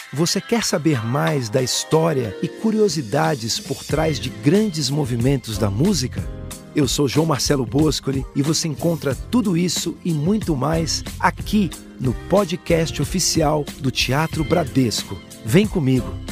Você quer saber mais da história e curiosidades por trás de grandes movimentos da música? Eu sou João Marcelo Boscoli e você encontra tudo isso e muito mais aqui no podcast oficial do Teatro Bradesco. Vem comigo!